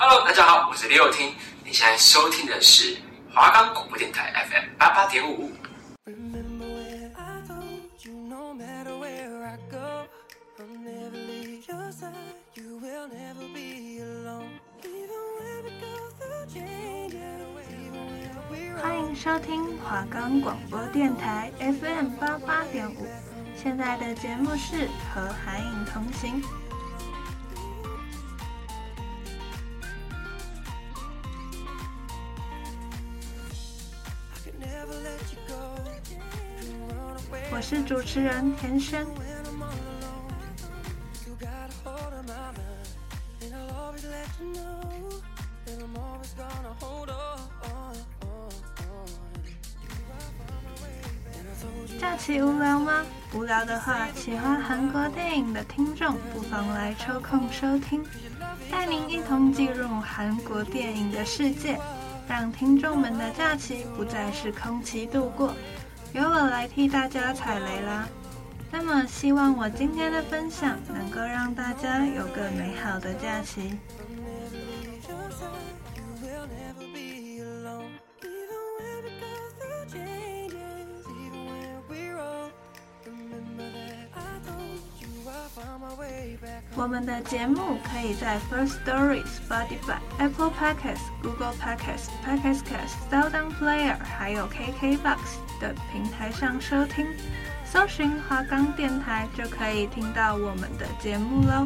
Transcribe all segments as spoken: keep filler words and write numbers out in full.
Hello， 大家好，我是李友廷，你现在收听的是华冈广播电台 F M 八八点五。 欢迎收听华冈广播电台 F M 八八点五，现在的节目是和海影同行。我是主持人田轩。假期无聊吗？无聊的话，喜欢韩国电影的听众不妨来抽空收听，带您一同进入韩国电影的世界，让听众们的假期不再是空期度过。由我来替大家踩雷啦。那么希望我今天的分享能够让大家有个美好的假期。我们的节目可以在 Firstory、Spotify、Apple Podcasts、Google Podcasts、Podcast Cast、SoundPlayer 还有 K K B O X 的平台上收听，搜寻华冈电台就可以听到我们的节目咯。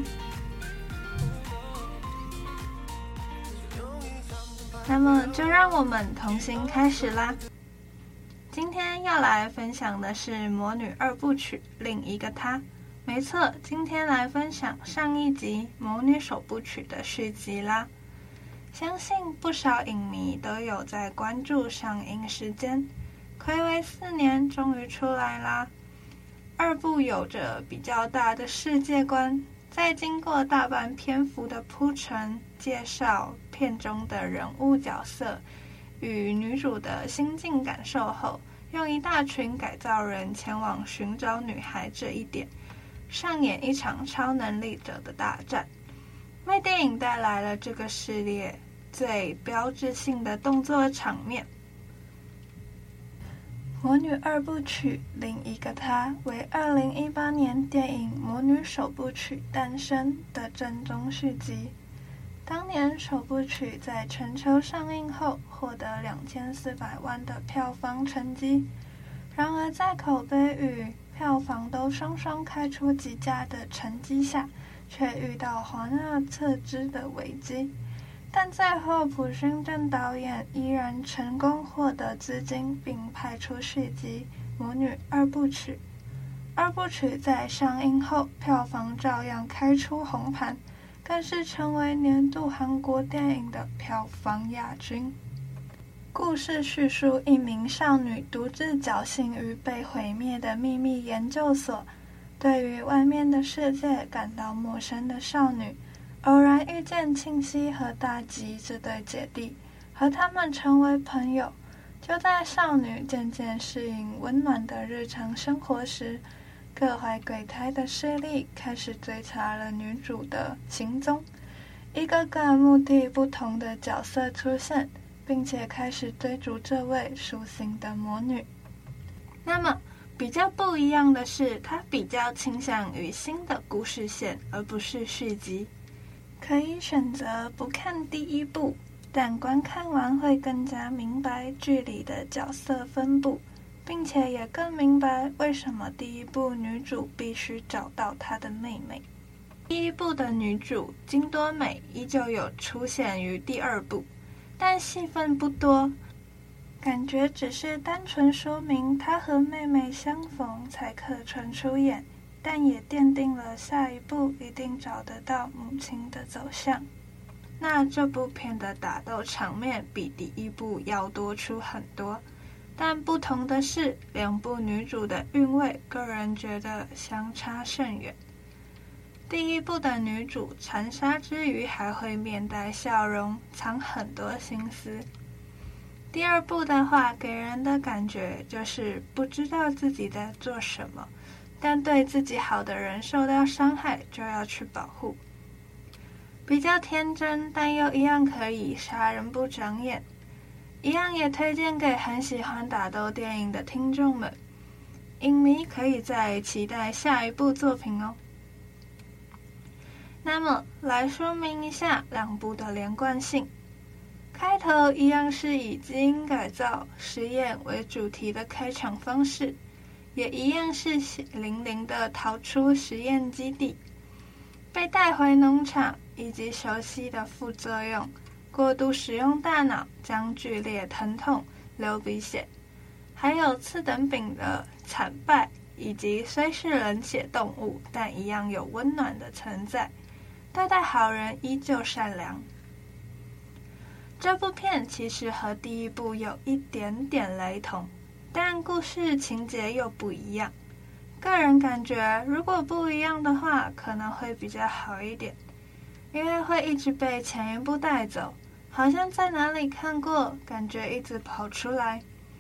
那么就让我们同行开始啦。今天要来分享的是《魔女二部曲》另一个她。没错，今天来分享上一集《魔女首部曲》的续集啦。相信不少影迷都有在关注上映时间，睽违四年终于出来啦。二部有着比较大的世界观，在经过大半篇幅的铺陈介绍片中的人物角色与女主的心境感受后，用一大群改造人前往寻找女孩这一点上演一场超能力者的大战，为电影带来了这个系列最标志性的动作场面。《魔女二部曲》另一个她为二零一八年电影《魔女首部曲》诞生的正宗续集。当年首部曲在全球上映后获得两千四百万的票房成绩，然而在口碑与票房都双双开出极佳的成绩下，却遇到华纳撤资的危机。但最后朴勋镇导演依然成功获得资金，并拍出续集《魔女二部曲》。二部曲在上映后票房照样开出红盘，更是成为年度韩国电影的票房亚军。故事叙述一名少女独自侥幸于被毁灭的秘密研究所，对于外面的世界感到陌生的少女，偶然遇见庆熙和大吉这对姐弟，和他们成为朋友。就在少女渐渐适应温暖的日常生活时，各怀鬼胎的势力开始追查了女主的行踪，一个个目的不同的角色出现，并且开始追逐这位苏醒的魔女。那么比较不一样的是，它比较倾向于新的故事线，而不是续集。可以选择不看第一部，但观看完会更加明白剧里的角色分布，并且也更明白为什么第一部女主必须找到她的妹妹。第一部的女主金多美依旧有出现于第二部，但戏份不多，感觉只是单纯说明她和妹妹相逢才客串出演，但也奠定了下一部一定找得到母亲的走向。那这部片的打斗场面比第一部要多出很多，但不同的是，两部女主的韵味个人觉得相差甚远。第一部的女主残杀之余还会面带笑容，藏很多心思。第二部的话，给人的感觉就是不知道自己在做什么，但对自己好的人受到伤害就要去保护。 比较天真但又一样可以杀人不长眼，一样也推荐给很喜欢打斗电影的听众们，影迷可以再期待下一部作品哦。那么来说明一下两部的连贯性。开头一样是以基因改造实验为主题的开场方式，也一样是血淋淋的逃出实验基地，被带回农场，以及熟悉的副作用，过度使用大脑将剧烈疼痛、流鼻血，还有次等饼的惨败，以及虽是冷血动物，但一样有温暖的存在，对待好人依旧善良。这部片其实和第一部有一点点雷同，但故事情节又不一样。个人感觉如果不一样的话，可能会比较好一点，因为会一直被前一部带走，好像在哪里看过，感觉一直跑出来。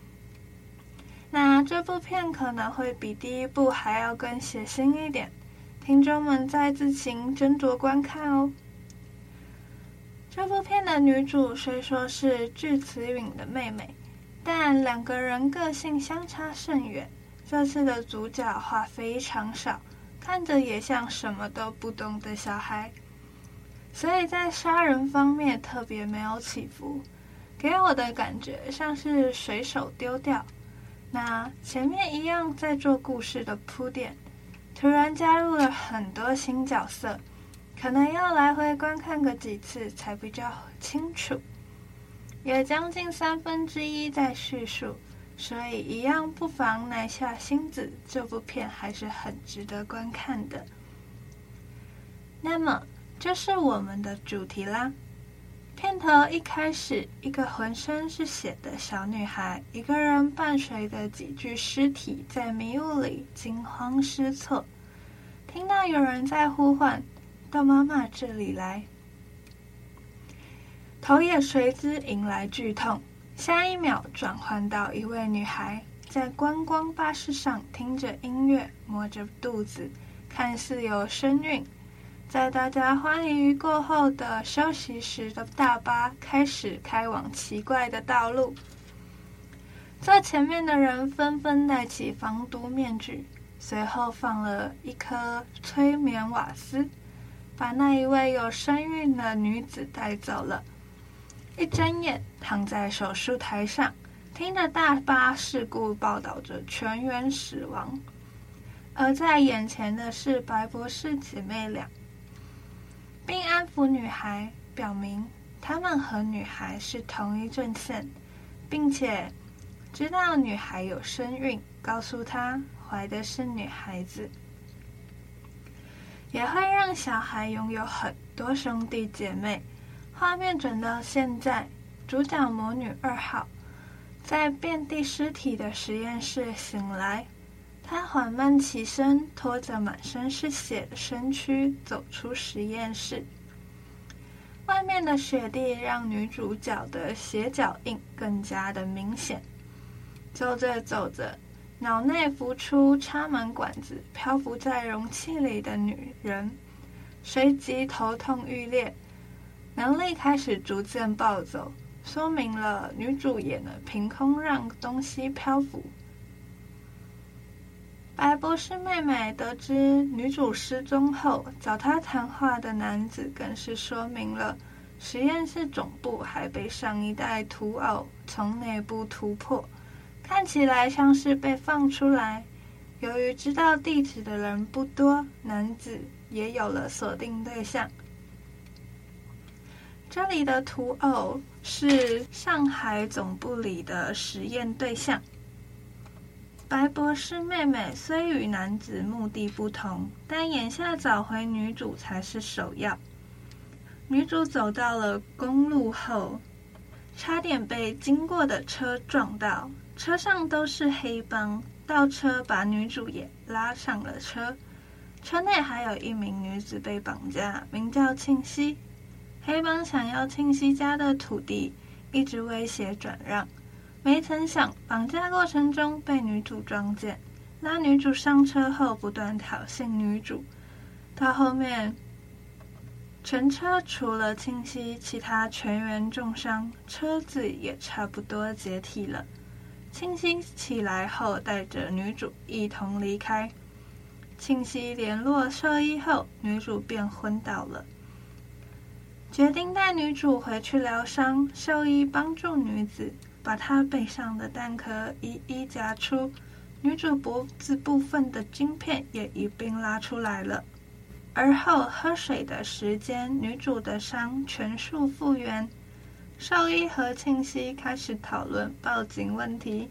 那这部片可能会比第一部还要更血腥一点，听众们再自行斟酌观看哦。这部片的女主虽说是具慈允的妹妹，但两个人个性相差甚远。这次的主角话非常少，看着也像什么都不懂的小孩，所以在杀人方面特别没有起伏，给我的感觉像是随手丢掉。那前面一样在做故事的铺垫，突然加入了很多新角色，可能要来回观看个几次才比较清楚，有将近三分之一在叙述，所以一样不妨耐下心子，这部片还是很值得观看的。那么就是我们的主题啦。片头一开始，一个浑身是血的小女孩，一个人伴随着几具尸体在迷雾里惊慌失措，听到有人在呼唤到妈妈这里来，头也随之迎来剧痛。下一秒转换到一位女孩在观光巴士上听着音乐，摸着肚子，看似有身孕。在大家欢愉愉过后的休息时的大巴开始开往奇怪的道路，坐前面的人纷纷戴起防毒面具，随后放了一颗催眠瓦斯，把那一位有身孕的女子带走了。一睁眼躺在手术台上，听着大巴事故报道着全员死亡，而在眼前的是白博士姐妹俩，并安抚女孩，表明他们和女孩是同一阵线，并且知道女孩有身孕，告诉她怀的是女孩子，也会让小孩拥有很多兄弟姐妹。画面转到现在，主角魔女二号在遍地尸体的实验室醒来，她缓慢起身，拖着满身是血的身躯走出实验室。外面的雪地让女主角的血脚印更加的明显。走着走着，脑内浮出插满管子漂浮在容器里的女人，随即头痛欲裂，能力开始逐渐暴走，说明了女主也能凭空让东西漂浮。白博士妹妹得知女主失踪后，找她谈话的男子更是说明了实验室总部还被上一代土偶从内部突破，看起来像是被放出来。由于知道地址的人不多，男子也有了锁定对象。这里的土偶是上海总部里的实验对象。白博士妹妹虽与男子目的不同，但眼下找回女主才是首要。女主走到了公路后，差点被经过的车撞到，车上都是黑帮，倒车把女主也拉上了车。车内还有一名女子被绑架，名叫庆熙。黑帮想要庆熙家的土地，一直威胁转让，没曾想绑架过程中被女主撞见，拉女主上车后不断挑衅女主，到后面全车除了庆熙，其他全员重伤，车子也差不多解体了。庆熙起来后，带着女主一同离开。庆熙联络兽医后，女主便昏倒了。决定带女主回去疗伤，兽医帮助女子把她背上的弹壳一一夹出，女主脖子部分的晶片也一并拉出来了。而后喝水的时间，女主的伤全数复原。兽医和庆熙开始讨论报警问题，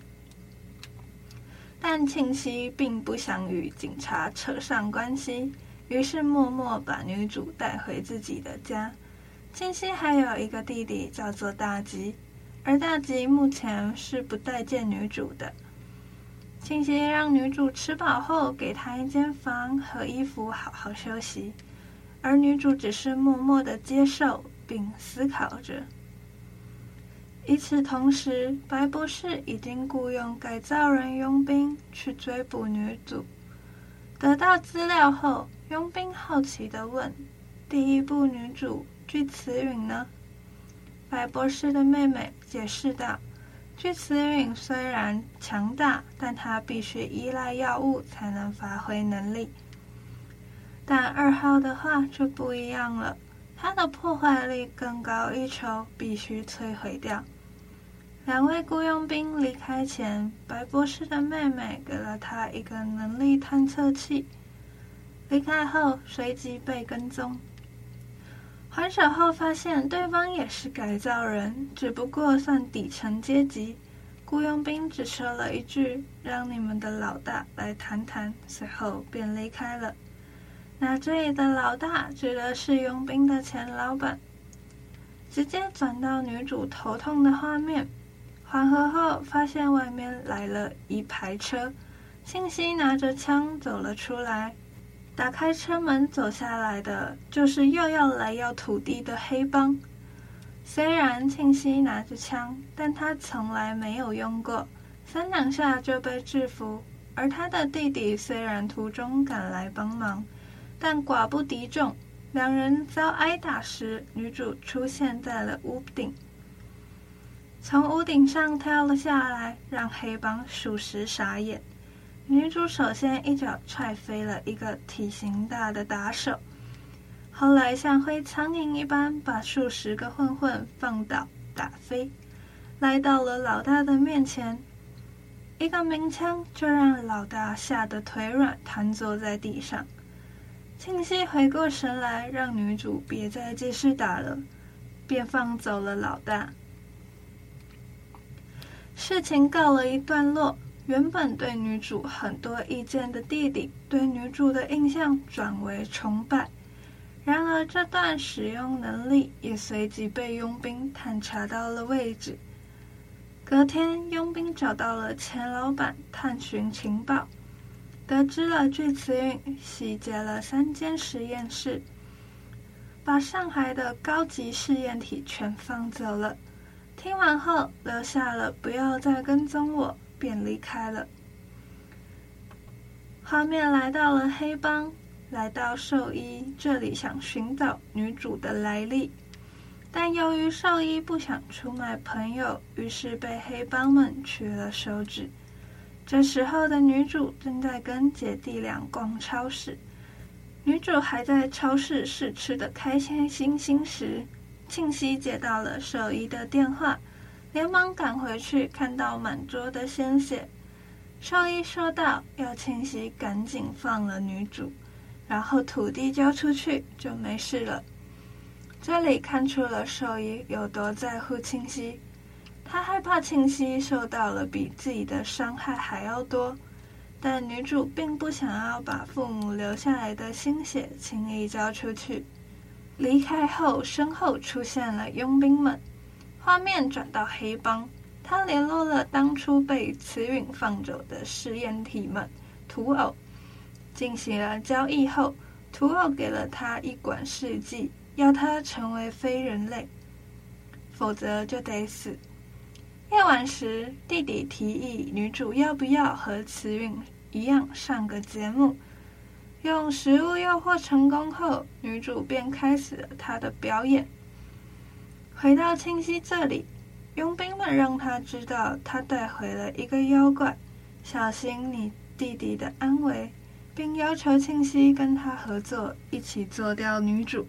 但庆熙并不想与警察扯上关系，于是默默把女主带回自己的家。庆熙还有一个弟弟叫做大吉，而大吉目前是不待见女主的。庆熙让女主吃饱后，给她一间房和衣服好好休息，而女主只是默默地接受并思考着。与此同时，白博士已经雇佣改造人佣兵去追捕女主。得到资料后，佣兵好奇地问：第一部女主具慈允呢？白博士的妹妹解释道：具慈允虽然强大，但她必须依赖药物才能发挥能力。但二号的话就不一样了，她的破坏力更高一筹，必须摧毁掉。两位雇佣兵离开前，白博士的妹妹给了他一个能力探测器。离开后，随即被跟踪。还手后发现对方也是改造人，只不过算底层阶级。雇佣兵只说了一句：“让你们的老大来谈谈”，随后便离开了。那这里的老大指的是佣兵的前老板。直接转到女主头痛的画面。缓和后，发现外面来了一排车，庆熙拿着枪走了出来。打开车门走下来的就是又要来要土地的黑帮。虽然庆熙拿着枪，但他从来没有用过，三两下就被制服。而他的弟弟虽然途中赶来帮忙，但寡不敌众。两人遭挨打时，女主出现在了屋顶。从屋顶上跳了下来，让黑帮属实傻眼。女主首先一脚踹飞了一个体型大的打手，后来像挥苍蝇一般把数十个混混放倒打飞，来到了老大的面前，一个鸣枪就让老大吓得腿软，瘫坐在地上。庆熙回过神来，让女主别再继续打了，便放走了老大。事情告了一段落，原本对女主很多意见的弟弟对女主的印象转为崇拜。然而这段使用能力也随即被佣兵探查到了位置。隔天，佣兵找到了钱老板探寻情报，得知了具慈允洗劫了三间实验室，把上海的高级试验体全放走了。听完后留下了不要再跟踪我，便离开了。画面来到了黑帮，来到兽医这里，想寻找女主的来历，但由于兽医不想出卖朋友，于是被黑帮们取了手指。这时候的女主正在跟姐弟俩逛超市，女主还在超市试吃的开开心心时，庆熙接到了兽医的电话，连忙赶回去，看到满桌的鲜血。兽医说道要庆熙赶紧放了女主，然后土地交出去就没事了。这里看出了兽医有多在乎庆熙，他害怕庆熙受到了比自己的伤害还要多，但女主并不想要把父母留下来的心血轻易交出去。离开后，身后出现了佣兵们，画面转到黑帮，他联络了当初被慈允放走的试验体们土偶，进行了交易后，土偶给了他一管试剂，要他成为非人类，否则就得死。夜晚时，弟弟提议女主要不要和慈允一样上个节目， 用食物诱惑成功后，女主便开始了她的表演。回到清溪这里，佣兵们让她知道她带回了一个妖怪，小心你弟弟的安危，并要求清溪跟她合作，一起做掉女主。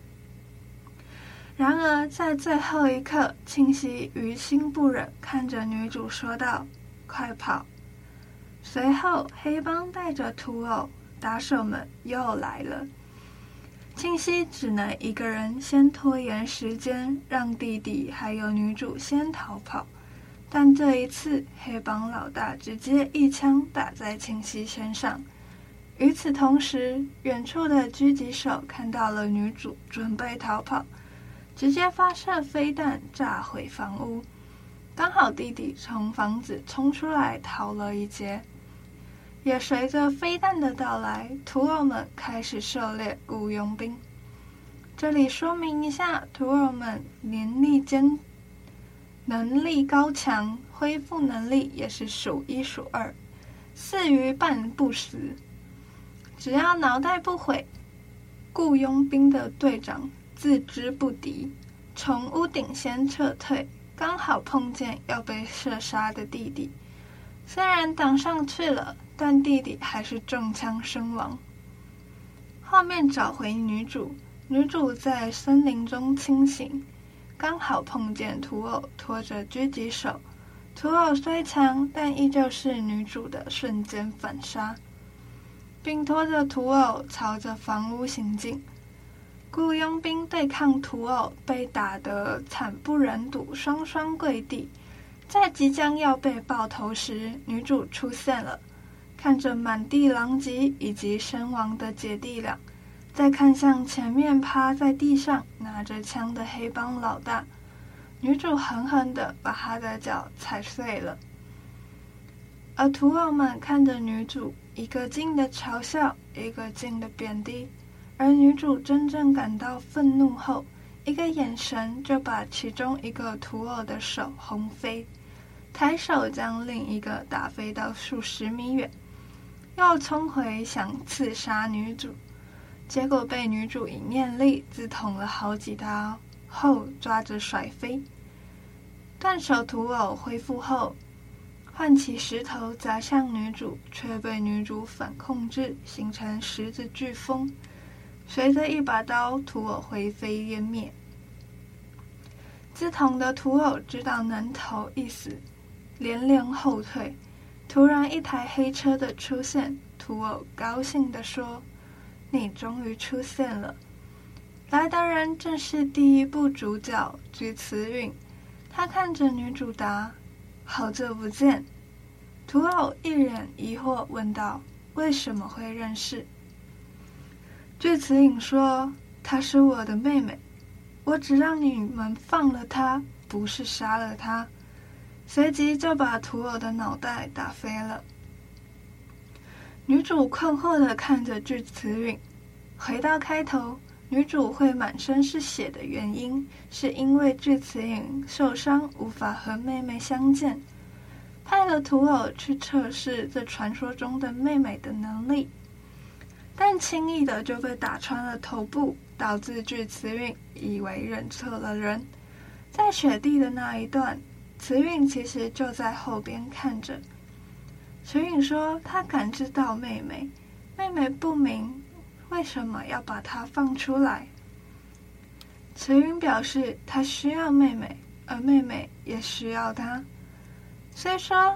然而在最后一刻，清溪于心不忍，看着女主说道：“快跑！”随后黑帮带着土偶，打手们又来了。清溪只能一个人先拖延时间，让弟弟还有女主先逃跑。但这一次，黑帮老大直接一枪打在清溪身上。与此同时，远处的狙击手看到了女主准备逃跑，直接发射飞弹炸毁房屋。刚好弟弟从房子冲出来逃了一劫。也随着飞弹的到来，土偶们开始狩猎雇佣兵。这里说明一下，土偶们年力坚能力高强，恢复能力也是数一数二，四鱼半不死。只要脑袋不毁，雇佣兵的队长自知不敌，从屋顶先撤退，刚好碰见要被射杀的弟弟。虽然挡上去了，但弟弟还是中枪身亡。后面找回女主，女主在森林中清醒，刚好碰见土偶拖着狙击手。土偶虽强，但依旧是女主的瞬间反杀，并拖着土偶朝着房屋行进。雇佣兵对抗土偶，被打得惨不忍睹，双双跪地。在即将要被爆头时，女主出现了，看着满地狼藉以及身亡的姐弟俩，再看向前面趴在地上拿着枪的黑帮老大，女主狠狠地把他的脚踩碎了。而土偶们看着女主，一个劲的嘲笑，一个劲的贬低，而女主真正感到愤怒后，一个眼神就把其中一个土偶的手轰飞，抬手将另一个打飞到数十米远，又冲回想刺杀女主，结果被女主以念力自捅了好几刀后抓着甩飞。断手土偶恢复后，唤起石头砸向女主，却被女主反控制，形成十字飓风，随着一把刀，土偶灰飞烟灭。自捅的土偶知道能头一死，连连后退。突然一台黑车的出现，土偶高兴地说：“你终于出现了。”来的人正是第一部主角菊慈允。他看着女主答：“好久不见。”土偶一脸疑惑问道：“为什么会认识？”菊慈允说：“她是我的妹妹，我只让你们放了她，不是杀了她。”随即就把土偶的脑袋打飞了。女主困惑地看着菊慈允。回到开头，女主会满身是血的原因，是因为菊慈允受伤无法和妹妹相见，派了土偶去测试这传说中的妹妹的能力，但轻易的就被打穿了头部，导致菊慈允以为认错了人。在雪地的那一段，慈允其实就在后边看着。慈允说她感知到妹妹，妹妹不明为什么要把她放出来。慈允表示她需要妹妹，而妹妹也需要她。虽说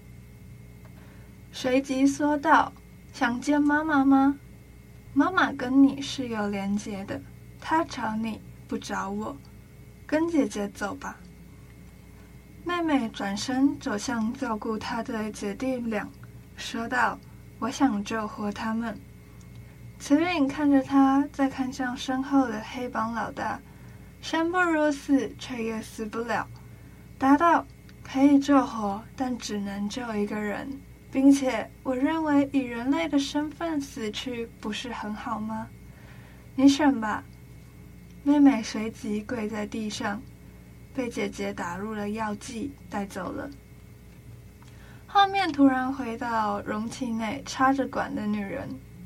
随即说道：“想见妈妈吗？妈妈跟你是有连结的，她找你不找我，跟姐姐走吧。”妹妹转身走向照顾她的姐弟俩，说道：“我想救活他们。”慈允看着她，再看向身后的黑帮老大，生不如死，却也死不了，答道：“可以救活，但只能救一个人，并且我认为以人类的身份死去不是很好吗？你选吧。”妹妹随即跪在地上，被姐姐打入了药剂，带走了。画面突然回到容器内插着管的女人，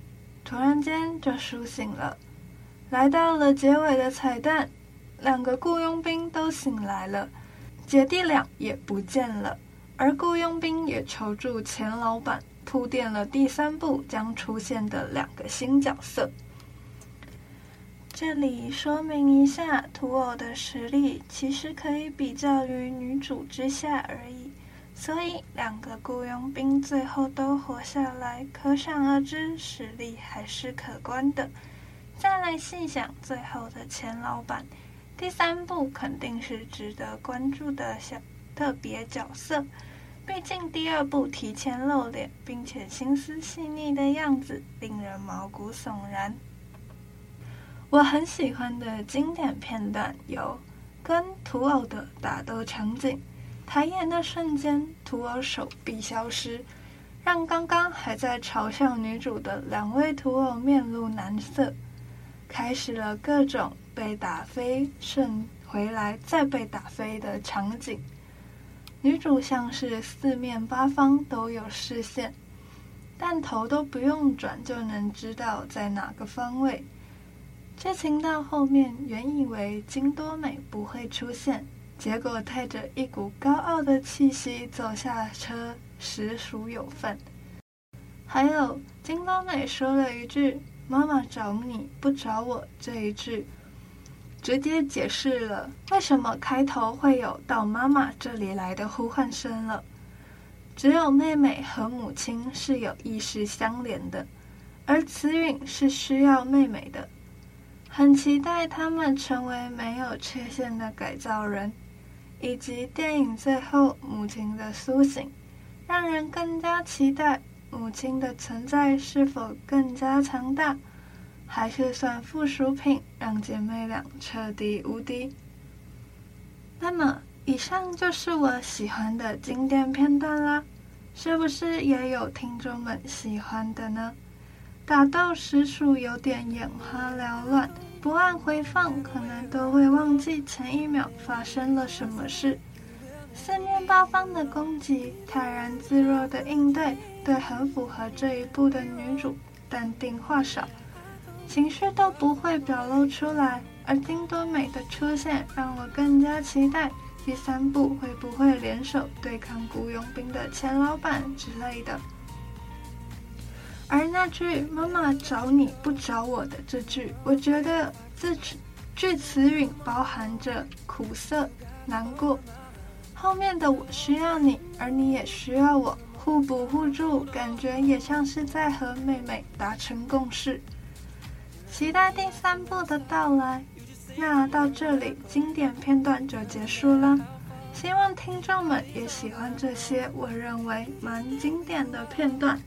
突然间就苏醒了。来到了结尾的彩蛋，两个雇佣兵都醒来了，姐弟俩也不见了，而雇佣兵也求助钱老板，铺垫了第三部将出现的两个新角色。这里说明一下，土偶的实力其实可以比较于女主之下而已，所以两个雇佣兵最后都活下来，可想而知实力还是可观的。再来细想最后的钱老板，第三部肯定是值得关注的小特别角色，毕竟第二部提前露脸，并且心思细腻的样子令人毛骨悚然。我很喜欢的经典片段有跟土偶的打斗场景，抬眼的瞬间土偶手臂消失，让刚刚还在嘲笑女主的两位土偶面露难色，开始了各种被打飞顺回来再被打飞的场景。女主像是四面八方都有视线，但头都不用转就能知道在哪个方位。剧情到后面原以为金多美不会出现，结果带着一股高傲的气息走下车，实属有份。还有金多美说了一句妈妈找你不找我，这一句直接解释了为什么开头会有到妈妈这里来的呼唤声了。只有妹妹和母亲是有意识相连的，而慈允是需要妹妹的。很期待他们成为没有缺陷的改造人，以及电影最后母亲的苏醒，让人更加期待母亲的存在是否更加强大，还是算附属品，让姐妹俩彻底无敌。那么以上就是我喜欢的经典片段啦，是不是也有听众们喜欢的呢？打斗实属有点眼花缭乱，不按回放可能都会忘记前一秒发生了什么事。四面八方的攻击，泰然自若的应对，对很符合这一部的女主淡定话少，情绪都不会表露出来。而金多美的出现让我更加期待第三部会不会联手对抗雇佣兵的钱老板之类的。而那句妈妈找你不找我的这句，我觉得字句词语包含着苦涩难过，后面的我需要你而你也需要我，互补互助，感觉也像是在和妹妹达成共识。期待第三部的到来。那到这里经典片段就结束了，希望听众们也喜欢这些我认为蛮经典的片段。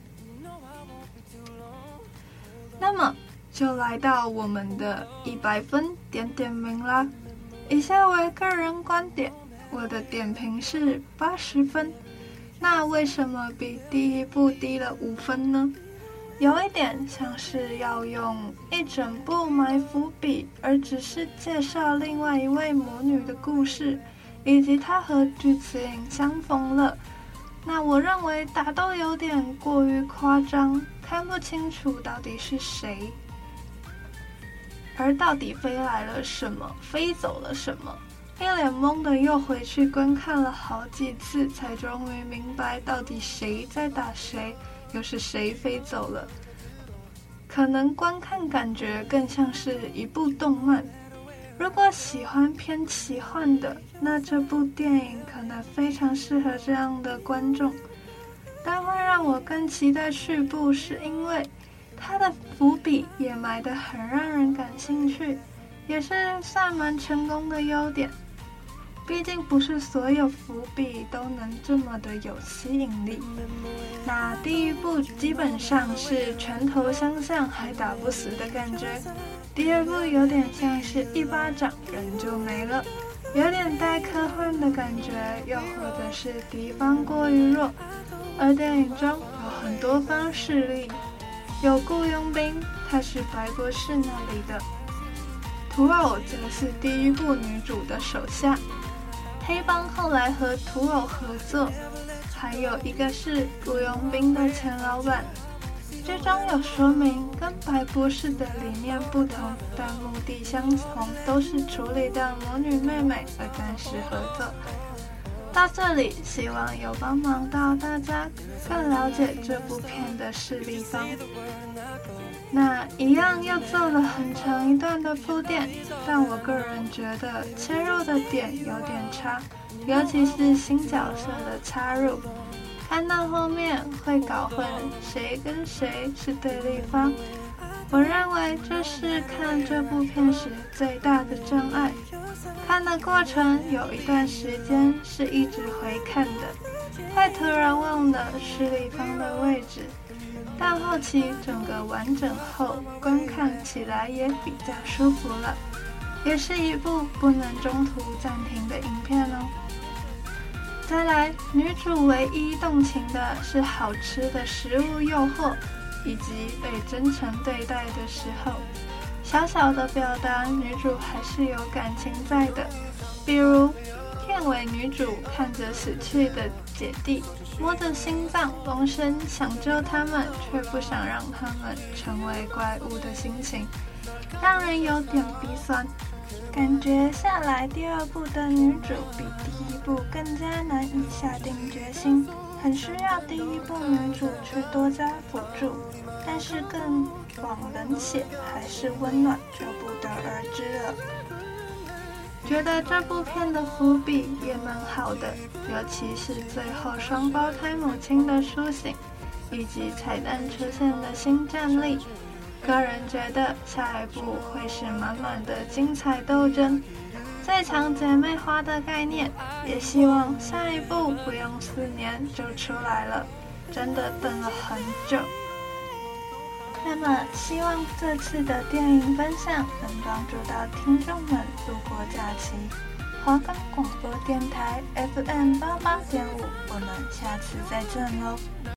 那么就来到我们的一百分点点名啦。以下为个人观点，我的点评是八十分。那为什么比第一部低了五分呢？有一点像是要用一整部埋伏笔，而只是介绍另外一位魔女的故事，以及她和巨慈影相逢了。那我认为打斗有点过于夸张，看不清楚到底是谁，而到底飞来了什么，飞走了什么，一脸懵的又回去观看了好几次，才终于明白到底谁在打谁，又是谁飞走了。可能观看感觉更像是一部动漫，如果喜欢偏奇幻的，那这部电影可能非常适合这样的观众。但会让我更期待续部，是因为它的伏笔也埋得很让人感兴趣，也是算蛮成功的优点。毕竟不是所有伏笔都能这么的有吸引力。那第一部基本上是拳头相向还打不死的感觉，第二部有点像是一巴掌人就没了，有点带科幻的感觉，又或者是敌方过于弱。而电影中有很多方势力，有雇佣兵，他是白博士那里的，土偶则是第一部女主的手下，黑帮后来和土偶合作，还有一个是雇佣兵的钱老板。 剧中有说明跟白博士的理念不同，但目的相同，都是处理掉魔女妹妹而暂时合作。到这里，希望有帮忙到大家更了解这部片的势力方。那一样又做了很长一段的铺垫，但我个人觉得切入的点有点差，尤其是新角色的插入，看到后面会搞混谁跟谁是对立方。我认为这是看这部片时最大的障碍。看的过程有一段时间是一直回看的，会突然忘了势力方的位置，但后期整个完整后，观看起来也比较舒服了，也是一部不能中途暂停的影片哦。再来，女主唯一动情的是好吃的食物诱惑，以及被真诚对待的时候，小小的表达女主还是有感情在的。比如片尾女主看着死去的姐弟，摸着心脏龙神想救他们，却不想让他们成为怪物的心情，让人有点鼻酸。感觉下来，第二部的女主比第一部更加难以下定决心，很需要第一部女主去多加辅助，但是更往冷血还是温暖就不得而知了。觉得这部片的伏笔也蛮好的，尤其是最后双胞胎母亲的苏醒，以及彩蛋出现的新战力。个人觉得下一部会是满满的精彩斗争，最强姐妹花的概念，也希望下一部不用四年就出来了，真的等了很久。那么希望这次的电影分享能帮助到听众们度过假期。华冈广播电台 F M 八八点五，我们下次再见喽。